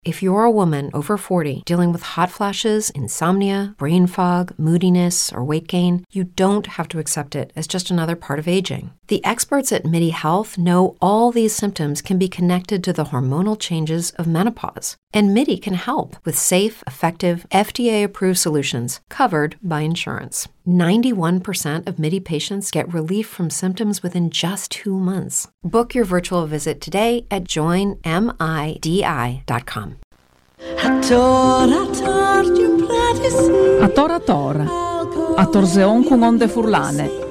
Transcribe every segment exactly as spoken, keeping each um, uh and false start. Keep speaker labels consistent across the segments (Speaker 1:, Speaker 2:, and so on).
Speaker 1: If you're a woman over forty dealing with hot flashes, insomnia, brain fog, moodiness, or weight gain, you don't have to accept it as just another part of aging. The experts at MIDI Health know all these symptoms can be connected to the hormonal changes of menopause. And MIDI can help with safe, effective, F D A-approved solutions covered by insurance. ninety-one percent of MIDI patients get relief from symptoms within just two months. Book your virtual visit today at join midi dot com.
Speaker 2: A tora tora, a torseon con onde furlane.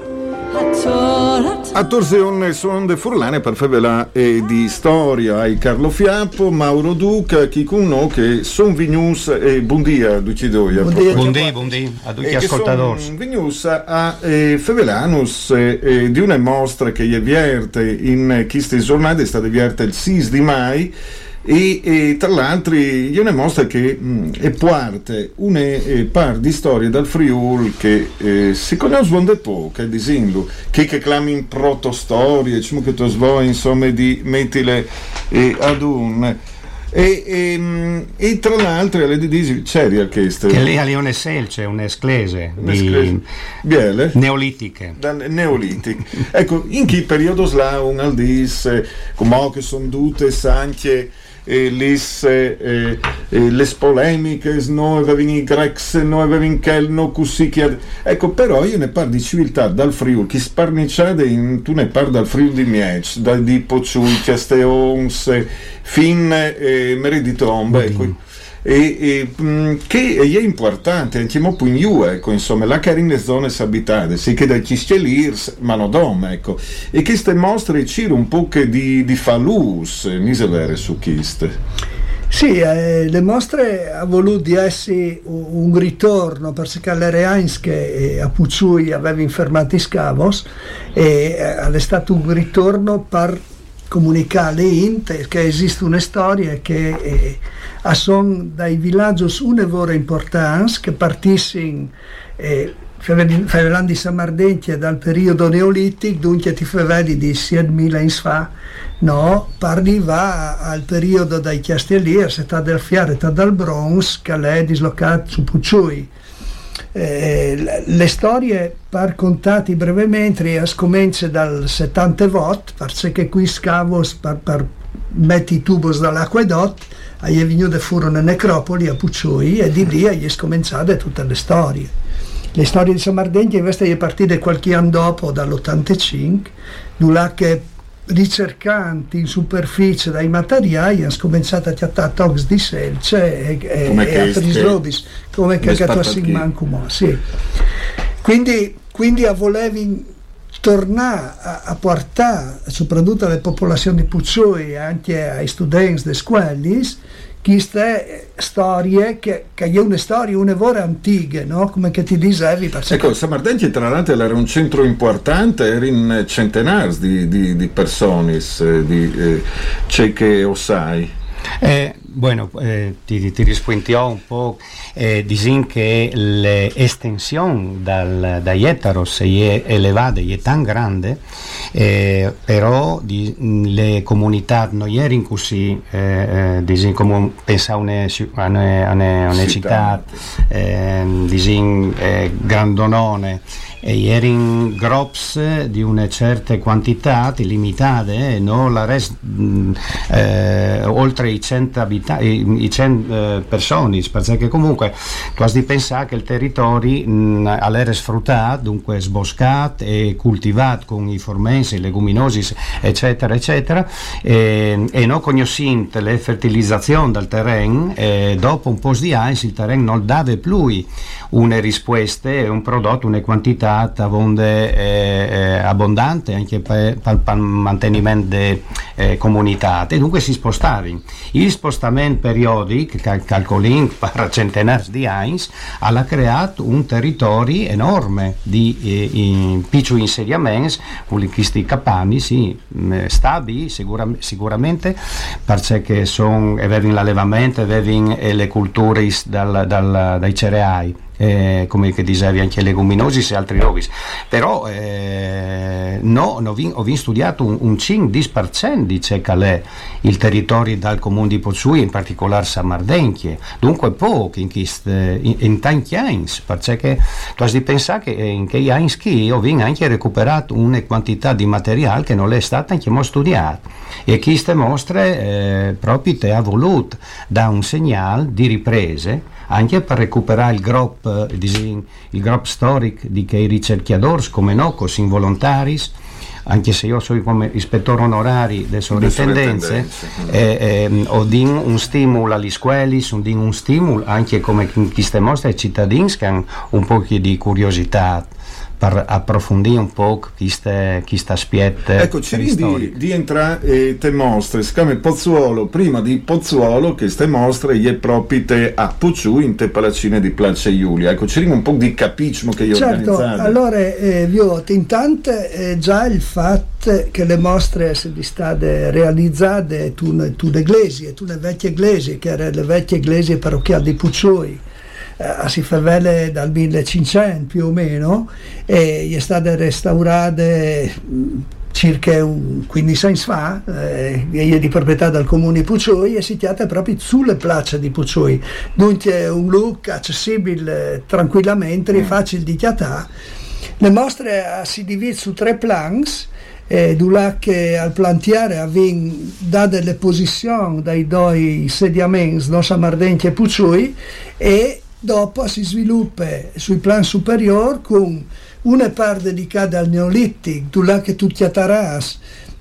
Speaker 3: A torseon su onde furlane per favela e di storia ai Carlo Fiappo, Mauro Duca, chi con noi che son vignus e buondia Ducidoia.
Speaker 4: Buondì, buondì a tutti gli ascoltatori.
Speaker 3: Son vignus a eh, Fevelanus eh, eh, di una mostra che è vierte in queste giornate, è stata vierte il sei di mai. E, e tra l'altro è una mostra che mh, è parte una eh, par di storie dal Friul che eh, si conoscono da poco, dicendo che che clami in protostorie, diciamo che tu svoi insomma di mettile eh, ad un e, e, e tra l'altro le dici c'eri orchestra
Speaker 4: che lì a Lione Selce un'esclese di
Speaker 3: biele
Speaker 4: neolitiche
Speaker 3: neolitiche ecco in che periodo là un aldis eh, come che sono tutte anche e les, eh, eh, les polemiche no avevano i grecs no avevano quel no così che ecco però io ne parlo di civiltà dal Friuli chi sparniciade in, tu ne parli dal Friuli di Miec da di Pociui Casteons fin eh, Mereditombe ecco e, e mh, che è importante anche molto in U ecco insomma la carine zone abitate si che da Chischelirs ma no dom ecco e queste mostre ci un po' che di, di falus misevere su queste.
Speaker 5: Sì, eh, le mostre ha voluto essere un ritorno perché le Reins che eh, a Puciui aveva infermato i scavos e eh, è stato un ritorno per comunicare int che esiste una storia che eh, sono dai villaggi un'evora importanza che partissero eh, Fevelandi di Samardenti dal periodo neolitico, dunque ti fevedi di siedmila anni fa, no, parliva al periodo dai Castelliers, età del Fiare, età del Bronze, che è dislocato su Puciui. Eh, le storie per contati brevemente scomincia dal settanta watt perché qui scavo per, per metti i tubos dall'acquedotto è venuto furono a necropoli a Puciui e di lì è scominciate tutte le storie le storie di Samardenti invece è partita qualche anno dopo dall'ottantacinque dove che ricercanti in superficie dai materiali hanno cominciato a chiattare tox di selce e, e, e a Trisrobis come che tu si manco sì. quindi quindi a volevi tornare a, a portare soprattutto alle popolazioni di Puciui e anche ai studenti delle scuole queste storie che, che è una storia un'evora antiche no? Come che ti dicevi perché...
Speaker 3: ecco Samardenti tra l'altro era un centro importante era in centenari di, di, di persone di eh, c'è che osai
Speaker 4: Eh, bueno, eh, ti, ti rispondo un po', eh, dicono che l'estensione dal, dagli eteros è elevata, è tan grande, eh, però di, le comunità non erano così, eh, eh, come pensavo a una, una, una città, eh, dicono, eh, grandonone, e erano groups di una certa quantità limitate, eh, non la rest, eh, oltre i cento abitanti, i cento eh, persone, perché comunque tu hai di pensare che il territorio all'era sfruttato, dunque sboscato e coltivato con i formensi, i leguminosi, eccetera, eccetera, e, e non conoscendo le fertilizzazioni del terreno, e dopo un po' di anni il terreno non dava più una risposta, un prodotto, una quantità Avonde, eh, eh, abbondante anche per, per il mantenimento delle eh, comunità e dunque si spostavano. Il spostamento periodico cal- calcolando per centenari di anni ha creato un territorio enorme di eh, piccoli insediamenti con questi capami sì, stabili sicura, sicuramente perché sono avevano l'allevamento avevano le culture dal, dal, dai cereali eh, come che dicevi anche leguminosi e altri rovis, però eh, no, no vin, ho vin studiato un, un cinque per cento di c'è che è il territorio dal comune di Pozzuoli, in particolare Samardenchie, dunque poco in, in, in tanti anni, perché tu hai di pensare che in quei anni che ho vin anche recuperato una quantità di materiale che non è stata anche mo studiata, e queste mostre eh, proprio te ha voluto da un segnale di riprese anche per recuperare il gruppo il gruppo storico di che i ricercatori come no, così involontaris, anche se io sono come ispettore onorari delle sovrintendenze, eh, eh, ho din un stimolo agli scuoli, un din un stimolo anche come chi ste mostra ai cittadini che hanno un po' di curiosità per approfondire un po' queste aspette.
Speaker 3: Ecco, ci di, di entrare e te mostre, siccome Pozzuolo, prima di Pozzuolo, che ste mostre gli è proprio te a Pucciù in te palacine di Place Giulia. Ecco, ci un po' di capismo che io
Speaker 5: certo,
Speaker 3: organizzate.
Speaker 5: Allora, eh, io intanto eh, già il fatto che le mostre sono state realizzate tu, tu le iglesie, tu le vecchie iglesie, che erano le vecchie iglesie parrocchiali di Pucciui, a si favele dal millecinquecento più o meno, e gli è state restaurate circa un quindici anni fa, eh, è di proprietà del comune di Pucciui e situate proprio sulle placce di Pucciui, dunque è un look accessibile tranquillamente e facile di chiatà. Le mostre si dividono su tre plans, e là che al plantiere avevano dato delle posizioni dai due insediamenti, no, Samardenchie e Pucciui, e dopo si sviluppa sui plan superiori con una parte dedicata al neolitico, là che tutti attaràs,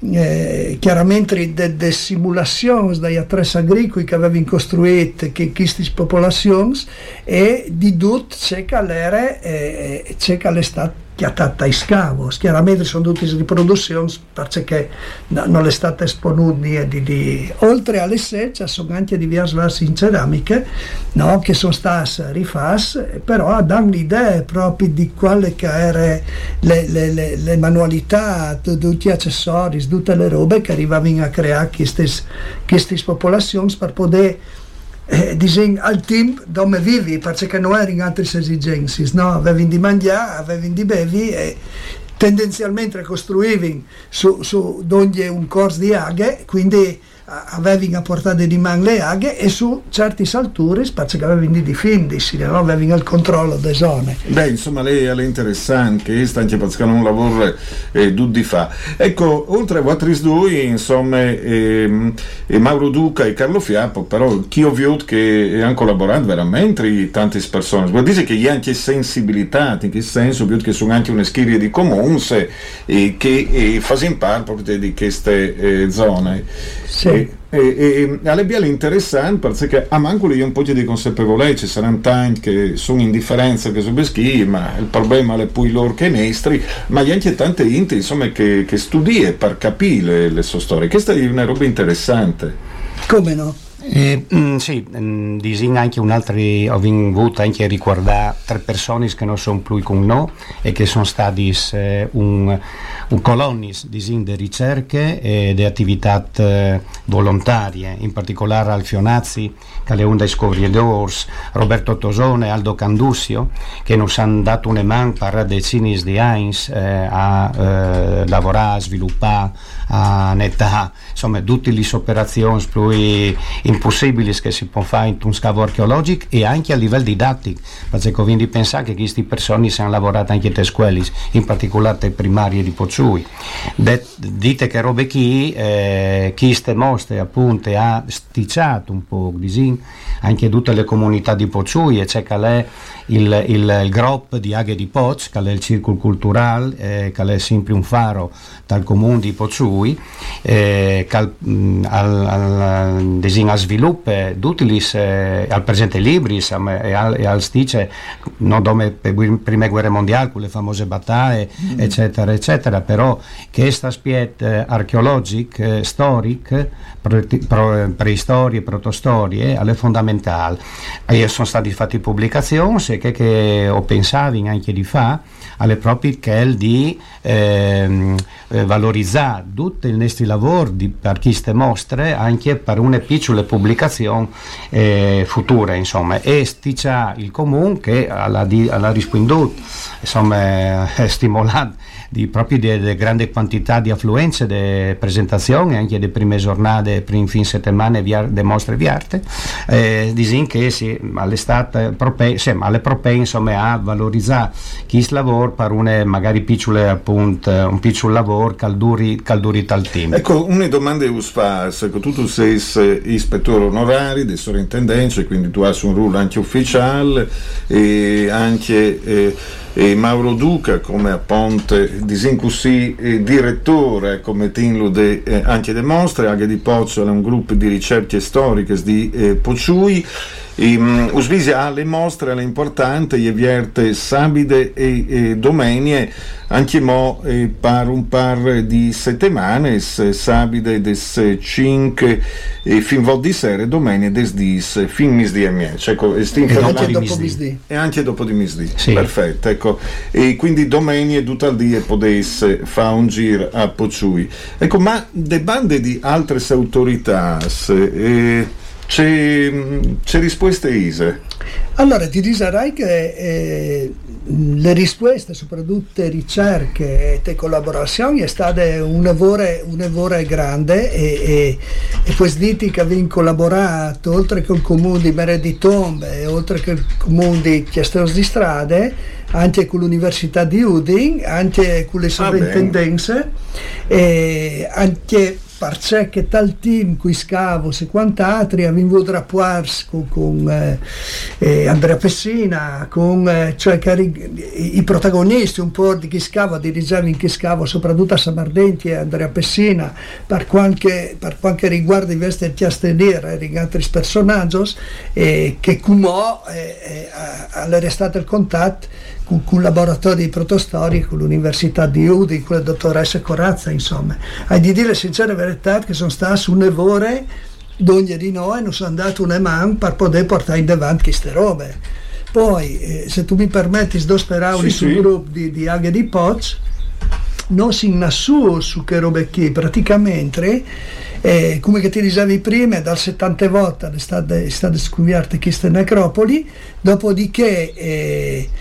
Speaker 5: eh, chiaramente delle simulazioni dagli attrezzi agricoli che avevano costruito che queste popolazioni, e di tutto c'è che l'era eh, c'è che l'estate chiatata ai scavos, chiaramente sono tutte riproduzioni perché no, non è stata esponuta di, di oltre alle secce sono anche diverse versi in ceramiche, no, che sono state rifatte, però danno l'idea proprio di quelle che erano le, le, le, le manualità, tutti gli accessori, tutte le robe che arrivavano a creare queste, queste popolazioni per poter Eh, disegno al team dove vivi, perché non erano altre esigenze, no? Avevano di mangiare, avevano di bevi e tendenzialmente costruivano su, su ogni un corso di aghe, quindi avevano a portata di mano le aghe, e su certi salturi perché avevano di difendersi, no? Avevano il controllo delle zone.
Speaker 3: Beh, insomma, lei è interessante, sta anche perché non lavora eh, di fa. Ecco, oltre a Beatrice Dui, insomma, eh, eh, Mauro Duca e Carlo Fiappo, però chi ho visto che hanno collaborato veramente tante persone, vuol dire che gli anche sensibilità, in che senso, più che sono anche una schiera di comuni eh, che eh, fanno parte proprio di queste eh, zone.
Speaker 5: Sì.
Speaker 3: E, e, e alle biale interessante perché a Mancoli io un po' di consapevolezza, saranno tanti che sono in differenza che su Beschi, ma il problema è poi loro che nestri, ma gli anche tante inti insomma che, che studi per capire le, le sue storie. Questa è una roba interessante.
Speaker 5: Come no?
Speaker 4: Eh, mm, sì, mm, disegna anche un altro, ho avuto anche a ricordare tre persone che non sono più con noi e che sono stati eh, un, un colonnis di ricerche e di attività eh, volontarie, in particolare Alfionazzi, che è uno dei scopritori, Roberto Tosone, Aldo Candussio, che ci hanno dato una mano per decine di anni eh, a eh, lavorare, a sviluppare, a netà, insomma, tutte le operazioni più impossibili che si può fare in un scavo archeologico e anche a livello didattico, perché quindi pensare che queste persone si hanno lavorato anche alle scuole, in particolare alle primarie di Pozzuoli. De, dite che robe chi, eh, chi ste mostre appunto ha sticciato un po' di anche tutte le comunità di Pozzuoli, e c'è che è il, il, il gruppo di Aghe di Poz, che è il circolo culturale, eh, che è sempre un faro dal comune di Pozzuoli, eh, che al, al, al disegna sviluppo tutti eh, al presente libri insomma, e al, e al stice non come per le prime guerre mondiali con le famose battaglie mm. eccetera eccetera, però che questa aspetto eh, archeologico, eh, storico, pre, pre, preistorie, protostorie, alle fondamentali fondamentale. E sono stati fatti pubblicazioni e che, che ho pensato anche di fa alle proprie che di ehm, eh, valorizzare tutto il nostro lavoro di, per queste mostre anche per una piccola pubblicazione eh, futura, insomma, e sticcia il comune che alla, alla risponduto, insomma, è stimolato di proprio di grande quantità di affluenze, di presentazioni, anche le prime giornate, primi fin settimane di mostre di arte, eh, disin che sì, all'estate prope, sì, alle prope, insomma, a valorizzare chi lavora per una magari piccola appunto, un piccolo lavoro calduri, calduri tal team.
Speaker 3: Ecco, una domanda che us fa, ecco, tu, tu sei ispettore onorari di sovrintendenza, quindi tu hai un ruolo anche ufficiale e anche eh, e Mauro Duca come appunto disin così eh, direttore come tinlo de, eh, anche de mostre, anche di Pozzo è un gruppo di ricerche storiche di eh, Pociui. Um, Usvisi alle mostre è importante e vierte sabide e, e domenie anche mo eh, per un par di settimane sabide des cinque e fin vol di sere domenie des dis fin misdì e miece, ecco, e,
Speaker 5: e anche dopo misdì
Speaker 3: e anche dopo di misdì,
Speaker 4: sì.
Speaker 3: Perfetto, ecco, e quindi domenie tutto il dia potesse fa un giro a Pociui, ecco, ma de bande di altre autorità eh, C'è, c'è risposte Ise?
Speaker 5: Allora ti dirai che eh, le risposte, soprattutto ricerche e collaborazioni, è stato un lavoro, un lavoro grande e, e, e poi diti che abbiamo collaborato oltre che il comune di Mere di Tombe, oltre che il comune di Chiasteros di Strade, anche con l'Università di Udine, anche con le sovrintendenze, e anche perché che tal team qui scavo e quant'altri abbiamo rapporti con, con eh, eh, Andrea Pessina, con eh, cioè che i, i protagonisti un po' di chi scavo, dirigevi in chi scavo, soprattutto a Samardenti e Andrea Pessina, per qualche, per qualche riguardo invece di Chiastedire e altri personaggi eh, che come eh, eh, all'era stato il contatto con un laboratorio di protostoria con l'Università di Udine, con la dottoressa Corazza, insomma. Hai di dire la sincera verità che sono stato su un'evore d'ogni di noi non sono andato una man per poter portare in avanti queste robe. Poi, eh, se tu mi permetti, do sperare sì, sul sì. gruppo di, di Aghe di Poz, non si innassuo su che robe qui, praticamente, eh, come che ti dicevi prima, dal settanta volte è stata, è stata scoperta questa necropoli, dopodiché eh,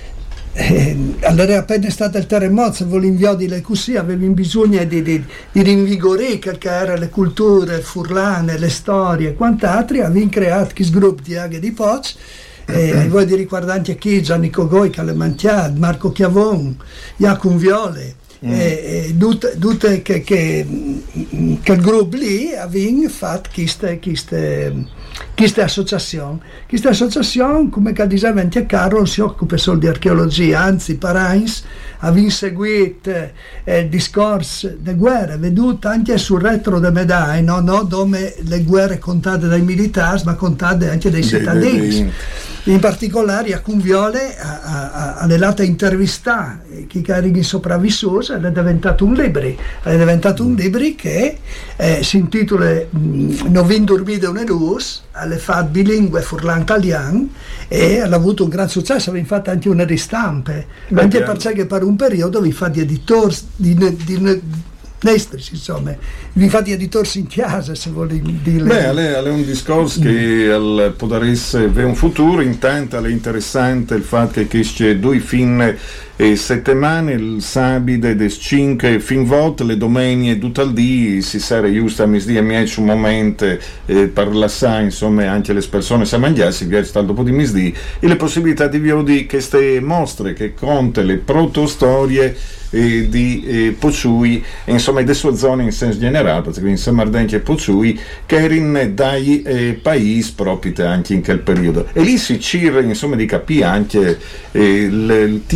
Speaker 5: Eh, allora appena è stato il terremoto, se volevi di così avevi bisogno di, di, di rinvigorire che erano le culture furlane, le storie e quant'altro. Abbiamo creato questo gruppo di Aghe di Poz e eh, voi di ricordare anche chi, Gianni Cogoi, Calemantiad, Marco Chiavon, Jacopo Viole mm. e, e tutte, tutte che, che, che il gruppo lì aveva fatto queste, queste queste associazioni queste associazioni come che diceva anche Carlo non si occupa solo di archeologia, anzi Parains aveva seguito eh, il discorso delle guerre vedute anche sul retro delle medaglie, no? No, dove le guerre contate dai militari ma contate anche dai cittadini. In particolare a Cunviole alle late intervista chi carichi sopravvissuti è diventato un libro è diventato un libro che eh, si intitola Non vin dormire una luz, alle fatto bilingue furlan-italiano e ha avuto un gran successo, aveva fatto anche una ristampe Beh, anche perché per un periodo vi fa di editori di, di, di Nestris, insomma, vi fate editori in chiesa se volete dire.
Speaker 3: Beh, è un discorso che al, può dare un futuro, intanto è interessante il fatto che c'è due fin e settimane, il sabide des cinque fin vot, le domeniche tutto il dì si sarà giusto a misdì e mieci un momento eh, per lasciare insomma anche le persone a mangiarsi via sta dopo di misdì e le possibilità di via di queste mostre che conta le protostorie eh, di eh, Pociui e insomma delle sue zone in senso generale, perché in Samardenti e Pociui che erano dai eh, paesi proprio anche in quel periodo e lì si cerca insomma di capire anche eh, il, il tipo di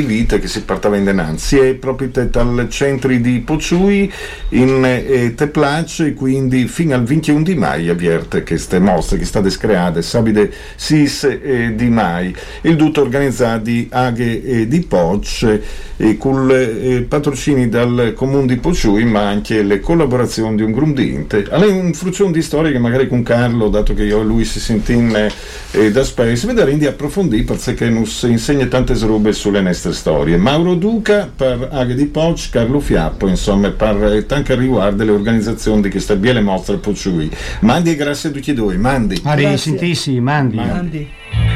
Speaker 3: vita che si portava in denanzi. E proprio al centro di Pociui in eh, te place, quindi fino al ventuno di maio avvierte queste mostre che state create sabide sis eh, di mai. Il tutto organizzati aghe eh, di Poc eh, con eh, patrocini dal comune di Pociui, ma anche le collaborazioni di un grundinte. Allora un fruzione di storie che magari con Carlo, dato che io e lui si sentin eh, da spesso, vedere di approfondire perché nos insegna tante robe sulle nostre storie. Mauro Duca per Aghe di Poc, Carlo Fiappo, insomma, per anche riguardo le organizzazioni di questa biele mostra a Pociui. Mandi e grazie a tutti e due, mandi.
Speaker 4: Mari, sentissi, mandi.
Speaker 3: Mandi.
Speaker 5: Mandi.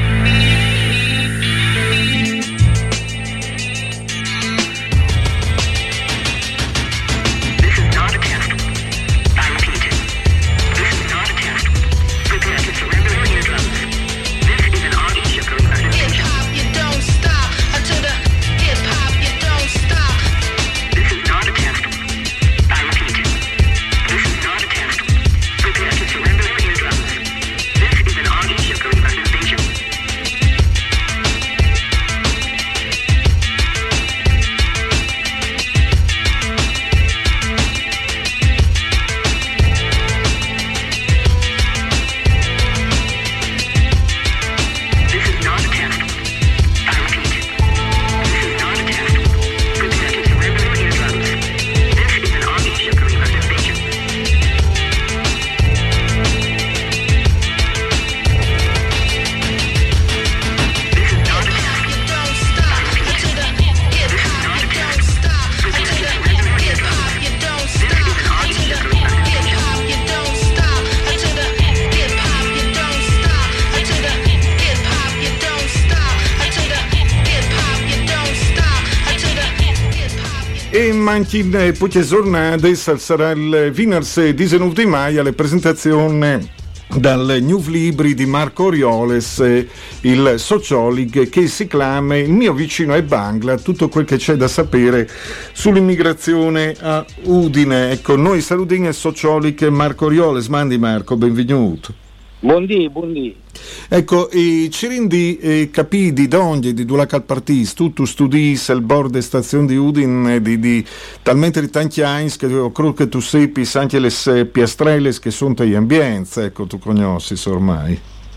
Speaker 3: Anche in poche giornate sarà il venerdì diciannove di maio la presentazione dal New Libri di Marco Orioles, il sociologo, che si chiama Il mio vicino è Bangla, tutto quel che c'è da sapere sull'immigrazione a Udine. Ecco, noi salutiamo il sociologo Marco Orioles. Mandi Marco, benvenuto.
Speaker 6: Buondì, buondì.
Speaker 3: Ecco, e ci rendi eh, capì di donde di due calpartis, tu tu studi al board de stazione di Udine di, di talmente di tanti anni che io credo che tu seppi anche le piastrelle che sono agli ambienti, ecco, tu conosci ormai.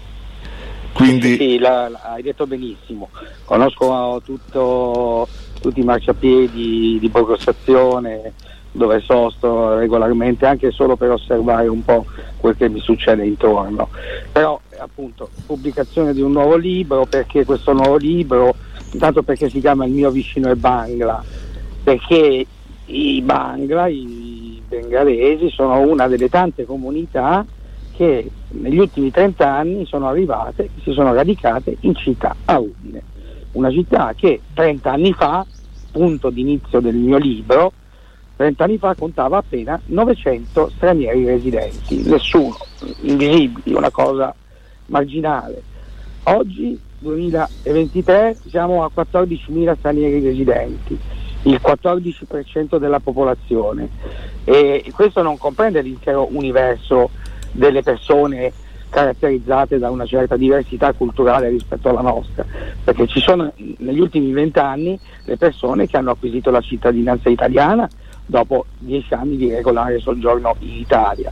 Speaker 3: Quindi
Speaker 6: sì, sì, la, la, hai detto benissimo. Conosco tutto, tutti i marciapiedi di Borgo Stazione, dove sosto regolarmente, anche solo per osservare un po' quel che mi succede intorno. Però appunto pubblicazione di un nuovo libro, perché questo nuovo libro, intanto perché si chiama Il mio vicino è Bangla, perché i Bangla, i bengalesi, sono una delle tante comunità che negli ultimi trenta anni sono arrivate, si sono radicate in città, a Udine, una città che trenta anni fa, punto d'inizio del mio libro, trenta anni fa contava appena novecento stranieri residenti, nessuno, invisibili, una cosa marginale. Oggi, duemilaventitré, siamo a quattordicimila stranieri residenti, il quattordici per cento della popolazione, e questo non comprende l'intero universo delle persone caratterizzate da una certa diversità culturale rispetto alla nostra, perché ci sono negli ultimi vent'anni le persone che hanno acquisito la cittadinanza italiana dopo dieci anni di regolare soggiorno in Italia,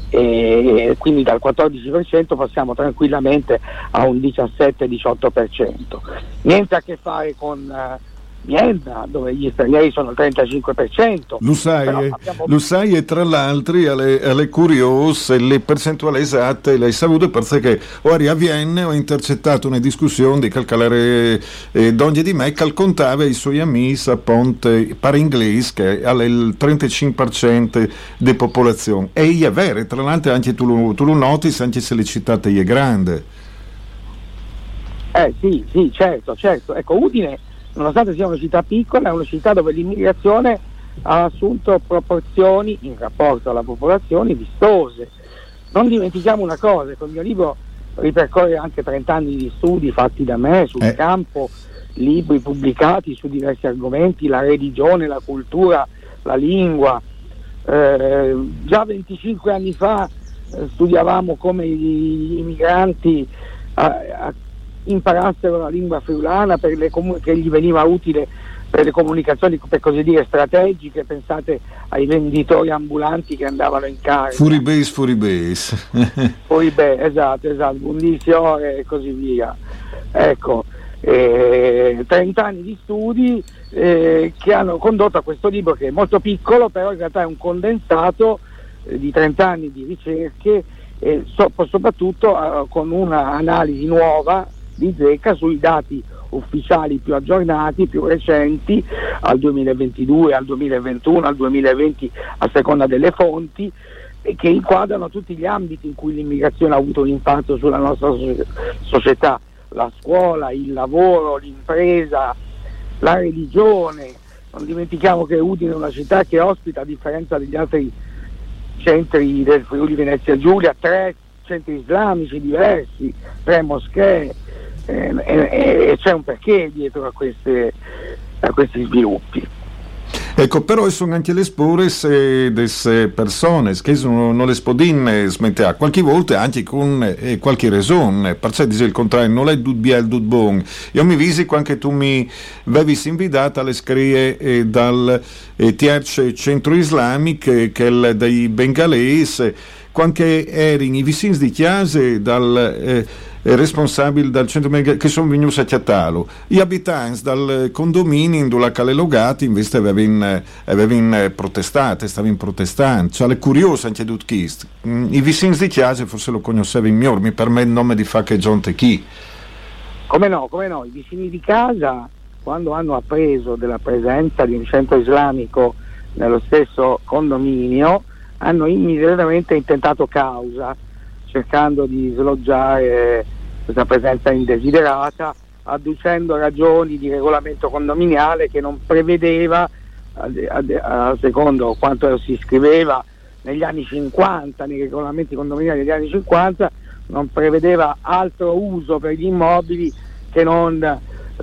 Speaker 6: e quindi dal quattordici per cento passiamo tranquillamente a un diciassette diciotto per cento. Niente a che fare con uh, Vienna, dove gli stranieri sono il trentacinque per cento.
Speaker 3: Lo sai, abbiamo... lo sai, e tra l'altro alle, alle curiose le percentuali esatte le hai sapute, perché ora a Vienna ho intercettato una discussione di calcolare eh, donne di me che contava i suoi amici a Ponte per inglese che ha il trentacinque per cento di popolazione, e è vero, tra l'altro anche tu lo, tu lo noti anche se le citate è grande.
Speaker 6: Eh sì, sì, certo, certo. Ecco, Udine, nonostante sia una città piccola, è una città dove l'immigrazione ha assunto proporzioni in rapporto alla popolazione vistose. Non dimentichiamo una cosa, con il mio libro ripercorre anche trenta anni di studi fatti da me sul eh. campo, libri pubblicati su diversi argomenti, la religione, la cultura, la lingua. Eh, già venticinque anni fa eh, studiavamo come gli immigranti a, a imparassero la lingua friulana per le comu- che gli veniva utile per le comunicazioni, per così dire, strategiche. Pensate ai venditori ambulanti che andavano in carica.
Speaker 3: Furibase, Furibase.
Speaker 6: Furibase, esatto, esatto, Bundisiore e così via. Ecco, eh, trenta anni di studi eh, che hanno condotto a questo libro, che è molto piccolo, però in realtà è un condensato eh, di trenta anni di ricerche, e so- soprattutto eh, con un'analisi nuova di zecca sui dati ufficiali più aggiornati, più recenti, al duemilaventidue, al duemilaventuno, al duemilaventi, a seconda delle fonti, e che inquadrano tutti gli ambiti in cui l'immigrazione ha avuto un impatto sulla nostra società: la scuola, il lavoro, l'impresa, la religione. Non dimentichiamo che Udine è una città che ospita, a differenza degli altri centri del Friuli Venezia Giulia, tre centri islamici diversi, tre moschee, eh, e, e c'è un perché dietro a, queste, a questi sviluppi.
Speaker 3: Ecco, però sono anche le spore delle persone che sono, non le spodin smettere, qualche volta anche con eh, qualche ragione, perché dice il contrario, non è tutto bene, tutto buono. Io mi visi quando tu mi avevi invitato alle scrive eh, dal eh, terzo centro islamico, eh, che è dei bengalesi, quando erano i vicini di chiese dal... Eh, responsabili dal centro che sono venuti a Chiatalo. Gli abitanti dal condominio in dove le logati invece avevano, avevano protestato, stavano protestando. Cioè, è curioso anche tutto questo. I vicini di chiesa forse lo conoscevano meglio, mi permette il nome di fa che John Techi.
Speaker 6: Come no, come no, i vicini di casa, quando hanno appreso della presenza di un centro islamico nello stesso condominio, hanno immediatamente intentato causa, cercando di sloggiare questa presenza indesiderata, adducendo ragioni di regolamento condominiale che non prevedeva, a, a, a, secondo quanto si scriveva negli anni cinquanta, nei regolamenti condominiali degli anni cinquanta, non prevedeva altro uso per gli immobili che non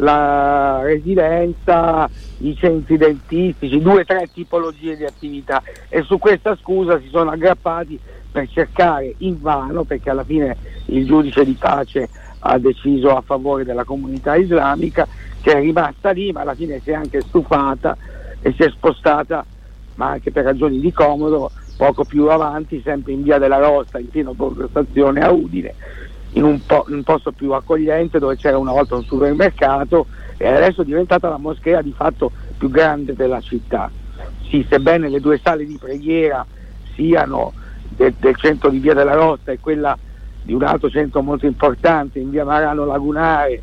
Speaker 6: la residenza, i centri dentistici, due o tre tipologie di attività, e su questa scusa si sono aggrappati per cercare, invano, perché alla fine il giudice di pace ha deciso a favore della comunità islamica, che è rimasta lì, ma alla fine si è anche stufata e si è spostata, ma anche per ragioni di comodo, poco più avanti, sempre in via della Rosta, in pieno Borgo Stazione a Udine, in un, po- in un posto più accogliente, dove c'era una volta un supermercato, e adesso è diventata la moschea di fatto più grande della città. Sì, sebbene le due sale di preghiera siano del, del centro di via della Rosta e quella di un altro centro molto importante in via Marano Lagunare,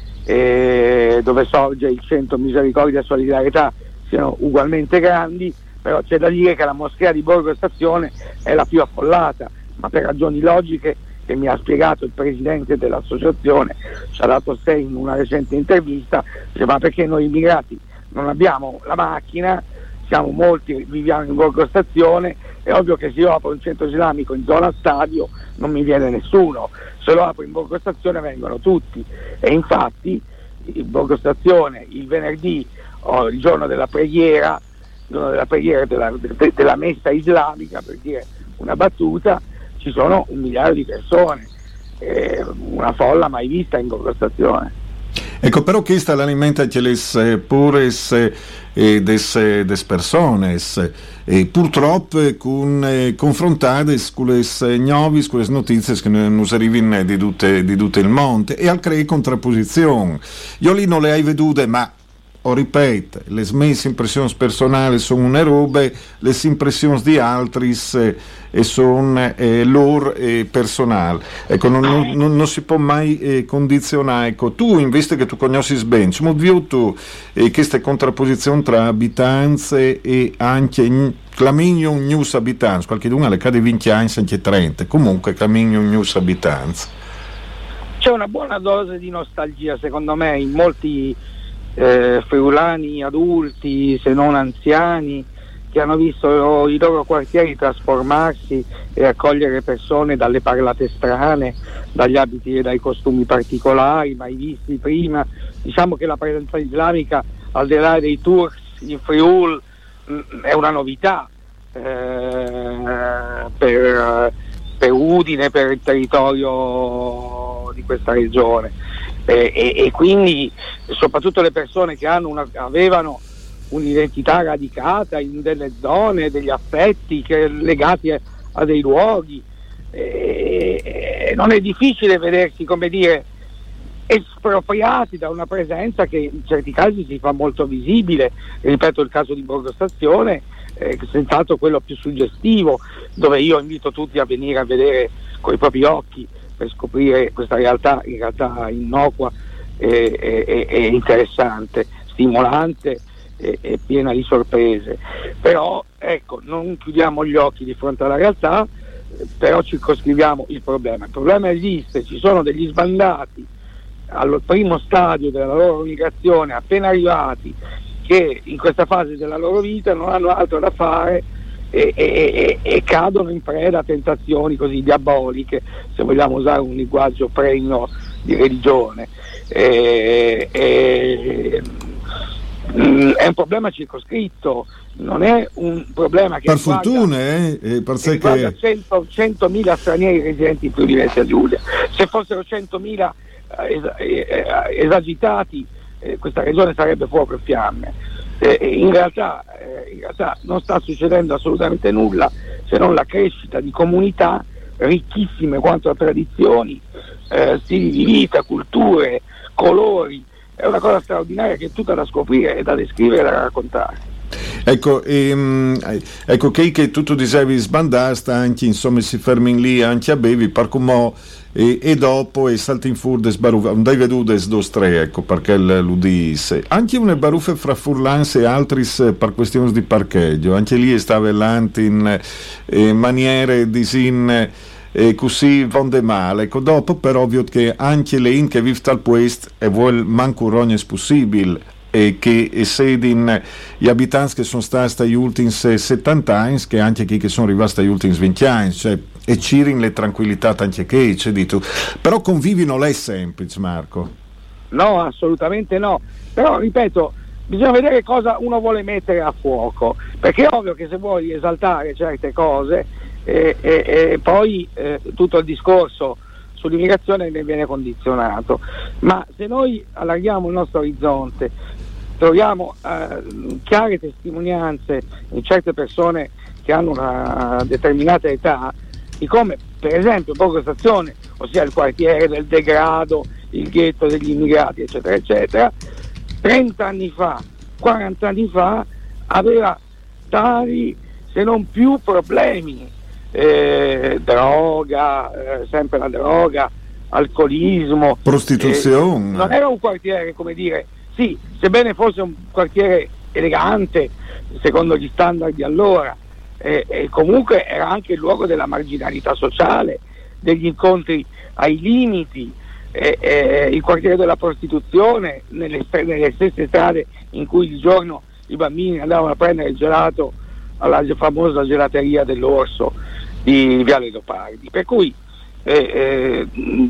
Speaker 6: eh, dove sorge il centro Misericordia e Solidarietà, siano ugualmente grandi, però c'è da dire che la moschea di Borgo Stazione è la più affollata, ma per ragioni logiche che mi ha spiegato il presidente dell'associazione, ci ha dato sé in una recente intervista, dice: ma perché noi immigrati non abbiamo la macchina, siamo molti, viviamo in Borgo Stazione, è ovvio che se io apro un centro islamico in zona stadio non mi viene nessuno, se lo apro in Borgo Stazione vengono tutti. E infatti il Borgo Stazione il venerdì, o il giorno della preghiera, il giorno della preghiera della, de, della messa islamica, per dire una battuta, ci sono un migliaio di persone, eh, una folla mai vista in Borgo Stazione.
Speaker 3: Ecco, però questa l'alimenta che le pure eh, des, des persone, e purtroppo con eh, confrontate con le nuove, con le notizie che non arrivano di tutte di tutto il mondo, e al crea contrapposizione. Io lì non le hai vedute, ma o ripeto, le mie impressioni personali sono una roba, le impressioni di altri eh, sono eh, loro eh, personali. Ecco, non, non, non si può mai eh, condizionare. Ecco, tu, invece che tu conosci bene, come vedi tu eh, questa contrapposizione tra abitanze e anche Cammino news abitanze, qualche una le cade venti anni, anche trenta, comunque Cammino news abitanze.
Speaker 6: C'è una buona dose di nostalgia, secondo me, in molti Eh, friulani adulti, se non anziani, che hanno visto i loro quartieri trasformarsi e accogliere persone dalle parlate strane, dagli abiti e dai costumi particolari mai visti prima. Diciamo che la presenza islamica, al di là dei tours in Friul, mh, è una novità eh, per, per Udine, per il territorio di questa regione. eh, e, e quindi soprattutto le persone che hanno una, avevano un'identità radicata in delle zone, degli affetti che, legati a, a dei luoghi, eh, eh, non è difficile vedersi, come dire, espropriati da una presenza che in certi casi si fa molto visibile. Ripeto, il caso di Borgo Stazione è senz'altro quello più suggestivo, dove io invito tutti a venire a vedere con i propri occhi per scoprire questa realtà, in realtà innocua e, e, e interessante, stimolante e, e piena di sorprese. Però ecco, non chiudiamo gli occhi di fronte alla realtà, però circoscriviamo il problema. Il problema esiste, ci sono degli sbandati al primo stadio della loro migrazione, appena arrivati, che in questa fase della loro vita non hanno altro da fare e, e, e, e cadono in preda a tentazioni così diaboliche, se vogliamo usare un linguaggio pregno di religione. E, e, è un problema circoscritto, non è un problema che
Speaker 3: per
Speaker 6: riguarda,
Speaker 3: fortuna eh, eh, per
Speaker 6: che riguarda che... cento, centomila stranieri residenti in Friuli Venezia Giulia. Se fossero centomila esagitati, eh, questa regione sarebbe fuoco e fiamme. Eh, in, realtà, eh, in realtà non sta succedendo assolutamente nulla, se non la crescita di comunità ricchissime quanto a tradizioni, eh, stili di vita, culture, colori. È una cosa straordinaria che è tutta da scoprire e da descrivere e da raccontare.
Speaker 3: Ecco, ehm, ecco che, che tutto dicevi sbandasta anche, insomma, si fermi lì anche a bevi per come e, e dopo e salti in fuori sbarufa non dai vedute dos tre, ecco perché l'udisse anche una baruffe fra Furlans e altri per questioni di parcheggio, anche lì stava avanti in eh, maniere di sin e così vonde male. Ecco, dopo per ovvio che anche le in che vive al puest e vuol manco ogni possibile e che sedin gli abitanti che sono stati agli ultimi settanta anni, che anche chi che sono rimasti agli ultimi venti anni, cioè, e cirin le tranquillità anche che c'è di tu. Però convivi non è semplice, Marco.
Speaker 6: No, assolutamente no. Però ripeto, bisogna vedere cosa uno vuole mettere a fuoco, perché è ovvio che se vuoi esaltare certe cose e, e, e poi eh, tutto il discorso sull'immigrazione ne viene condizionato, ma se noi allarghiamo il nostro orizzonte, troviamo eh, chiare testimonianze in certe persone che hanno una determinata età di come per esempio Borgo Stazione, ossia il quartiere del degrado, il ghetto degli immigrati eccetera eccetera, trenta anni fa, quaranta anni fa aveva tali se non più problemi, eh, droga, eh, sempre la droga, alcolismo,
Speaker 3: prostituzione.
Speaker 6: Eh, non era un quartiere, come dire, sì, sebbene fosse un quartiere elegante secondo gli standard di allora, eh, eh, comunque era anche il luogo della marginalità sociale, degli incontri ai limiti, eh, eh, il quartiere della prostituzione, nelle, nelle stesse strade in cui di giorno i bambini andavano a prendere il gelato alla famosa gelateria dell'Orso di Viale Leopardi. Per cui eh, eh,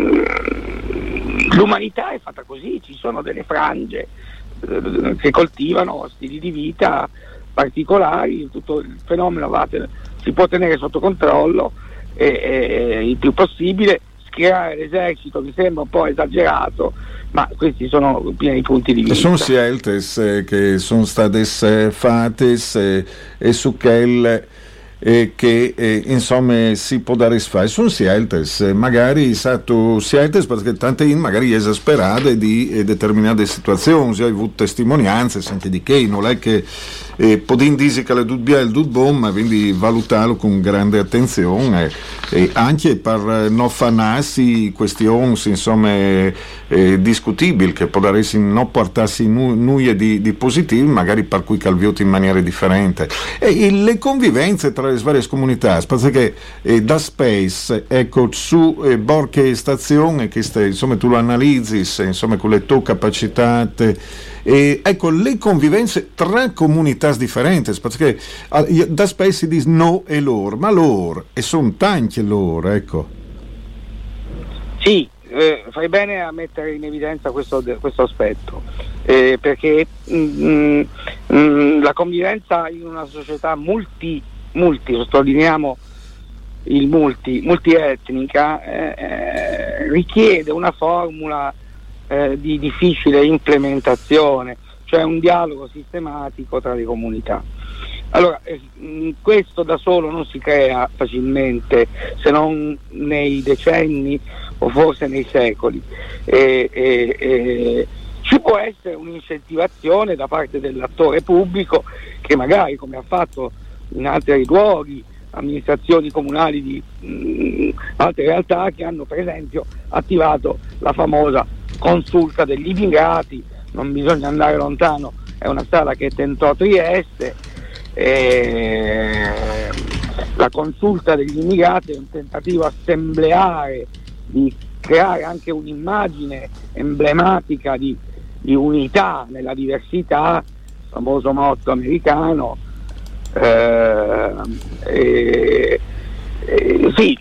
Speaker 6: l'umanità è fatta così, ci sono delle frange eh, che coltivano stili di vita particolari, tutto il fenomeno va, si può tenere sotto controllo e, e il più possibile. Schierare l'esercito mi sembra un po' esagerato, ma questi sono pieni punti di vista.
Speaker 3: Sono scelte eh, che sono state fatte eh, e su quelle eh, che eh, insomma si può dare sfai. Sono scelte, eh, magari stato scelte perché tante in magari esasperate di eh, determinate situazioni, ho avuto testimonianze anche di che non è che eh, podin dire che le dubbia il dut bom, ma quindi valutarlo con grande attenzione e anche per non fanarsi questioni insomma eh, eh, discutibili che potresti non portarsi nu- nulla di, di positivo, magari per cui calvioti in maniera differente e, e le convivenze tra le varie comunità, perché eh, da Space ecco su eh, Borche Stazione che ste, insomma tu lo analizzi se, insomma con le tue capacità e ecco le convivenze tra comunità differenti, perché da Space si dice no e loro, ma loro e sono tanti loro, ecco.
Speaker 6: Sì, eh, fai bene a mettere in evidenza questo, questo aspetto, eh, perché mm, mm, la convivenza in una società multi, multi sottolineiamo il multi, multietnica, eh, eh, richiede una formula eh, di difficile implementazione, cioè un dialogo sistematico tra le comunità. Allora, eh, questo da solo non si crea facilmente, se non nei decenni o forse nei secoli. E, e, e ci può essere un'incentivazione da parte dell'attore pubblico che magari, come ha fatto in altri luoghi, amministrazioni comunali di mh, altre realtà che hanno per esempio attivato la famosa consulta degli immigrati, non bisogna andare lontano, è una strada che tentò Trieste. Eh, la consulta degli immigrati è un tentativo assembleare di creare anche un'immagine emblematica di, di unità nella diversità, il famoso motto americano. Eh, eh, eh, sì,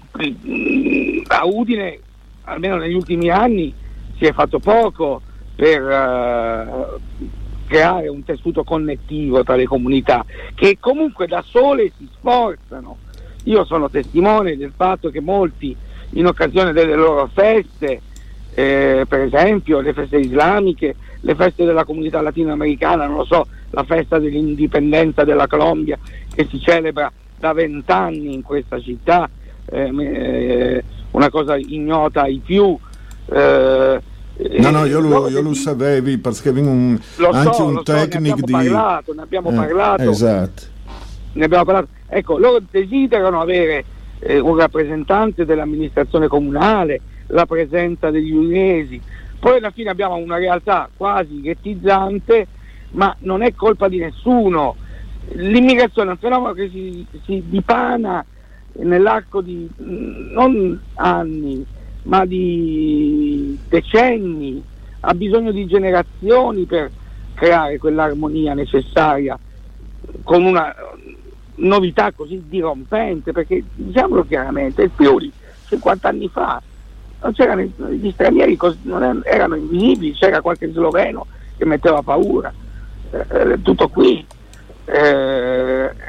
Speaker 6: a Udine almeno negli ultimi anni si è fatto poco per eh, creare un tessuto connettivo tra le comunità che comunque da sole si sforzano. Io sono testimone del fatto che molti, in occasione delle loro feste, eh, per esempio le feste islamiche, le feste della comunità latinoamericana, non lo so, la festa dell'indipendenza della Colombia che si celebra da vent'anni in questa città, eh, eh, una cosa ignota ai più. Eh,
Speaker 3: No, no, io lo, io lo sapevi perché avevo un,
Speaker 6: lo
Speaker 3: anche
Speaker 6: so,
Speaker 3: un
Speaker 6: lo so,
Speaker 3: tecnico
Speaker 6: ne abbiamo
Speaker 3: di...
Speaker 6: parlato, ne abbiamo
Speaker 3: eh,
Speaker 6: parlato.
Speaker 3: Esatto.
Speaker 6: Ne abbiamo parlato. Ecco, loro desiderano avere eh, un rappresentante dell'amministrazione comunale, la presenza degli udinesi. Poi alla fine abbiamo una realtà quasi ghettizzante, ma non è colpa di nessuno. L'immigrazione è un fenomeno che si, si dipana nell'arco di mh, non anni, ma di decenni, ha bisogno di generazioni per creare quell'armonia necessaria con una novità così dirompente, perché diciamolo chiaramente, il Friuli cinquanta anni fa non c'erano gli stranieri, non erano invisibili, c'era qualche sloveno che metteva paura, eh, tutto qui. Eh, eh,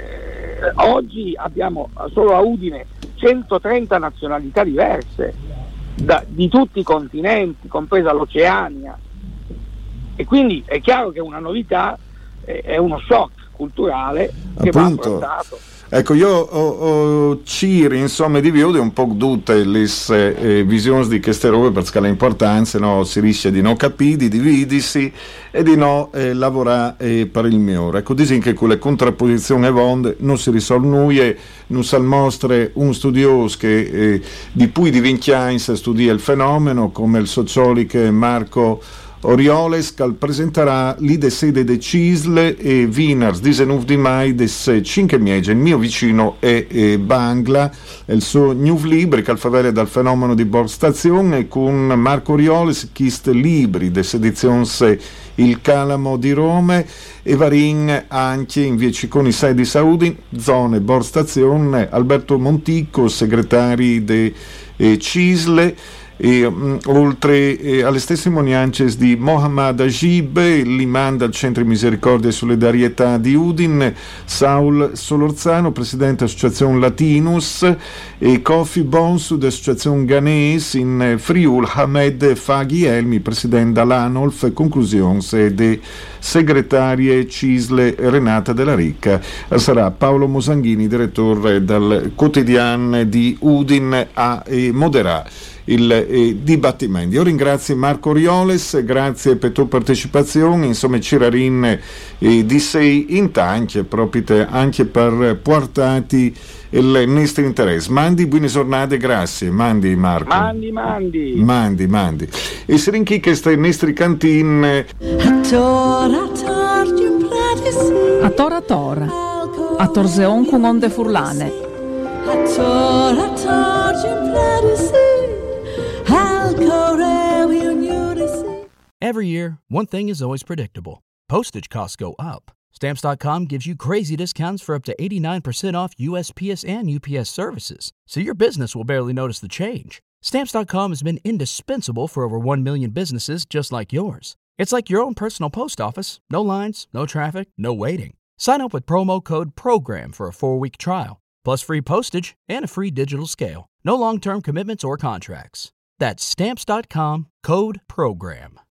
Speaker 6: oggi abbiamo solo a Udine centotrenta nazionalità diverse da, di tutti i continenti, compresa l'Oceania, e quindi è chiaro che una novità è, è uno shock culturale che
Speaker 3: Appunto.
Speaker 6: va affrontato.
Speaker 3: Ecco, io ho, ho Ciri, insomma, divide un po' tutte le eh, visioni di queste robe perché l'importanza, no, si rischia di non capire, di dividersi e di non eh, lavorare eh, per il migliore. Ecco, dicono che con le contrapposizioni evonde non si risolve nulla, non si mostra un studioso che eh, di cui di Vinchiains studia il fenomeno, come il sociologo Marco Orioles, che presenterà l'ide sede de Cisle e Vinars diciannove di mai des cinque miege, il mio vicino è, è Bangla, è il suo new libri che favore dal fenomeno di Borstazione, con Marco Orioles chist libri des edizions Il Calamo di Rome e Varin anche in via Cicconi sei di Saudi, zone Borstazione, Alberto Monticco, segretari de eh, Cisle. E, um, oltre eh, alle testimonianze di Mohammad Ajib, l'imam del Centro di Misericordia e Solidarietà di Udine, Saul Solorzano, presidente dell'Associazione Latinus, e Kofi Bonsu dell'Associazione Ganes in Friul, Hamed Faghi Elmi, presidente dell'Anolf, conclusione de segretarie Cisle Renata Della Ricca. Sarà Paolo Mosanghini, direttore del quotidiano di Udine, a eh, moderare il eh, dibattimento. Io ringrazio Marco Orioles, grazie per la tua partecipazione, insomma Cirarin eh, di sei in tanche proprio anche per portati il nostro interesse. Mandi buone giornate, grazie. Mandi Marco.
Speaker 6: Mandi, mandi.
Speaker 3: Mandi, mandi. E se rinchi che stai in nostri cantine.
Speaker 2: A tora tora, a Torseon con onde furlane.
Speaker 7: Every year, one thing is always predictable. Postage costs go up. Stamps dot com gives you crazy discounts for up to eighty-nine percent off U S P S and U P S services, so your business will barely notice the change. Stamps dot com has been indispensable for over one million businesses just like yours. It's like your own personal post office. No lines, no traffic, no waiting. Sign up with promo code PROGRAM for a four-week trial, plus free postage and a free digital scale. No long-term commitments or contracts. That's Stamps dot com, code PROGRAM.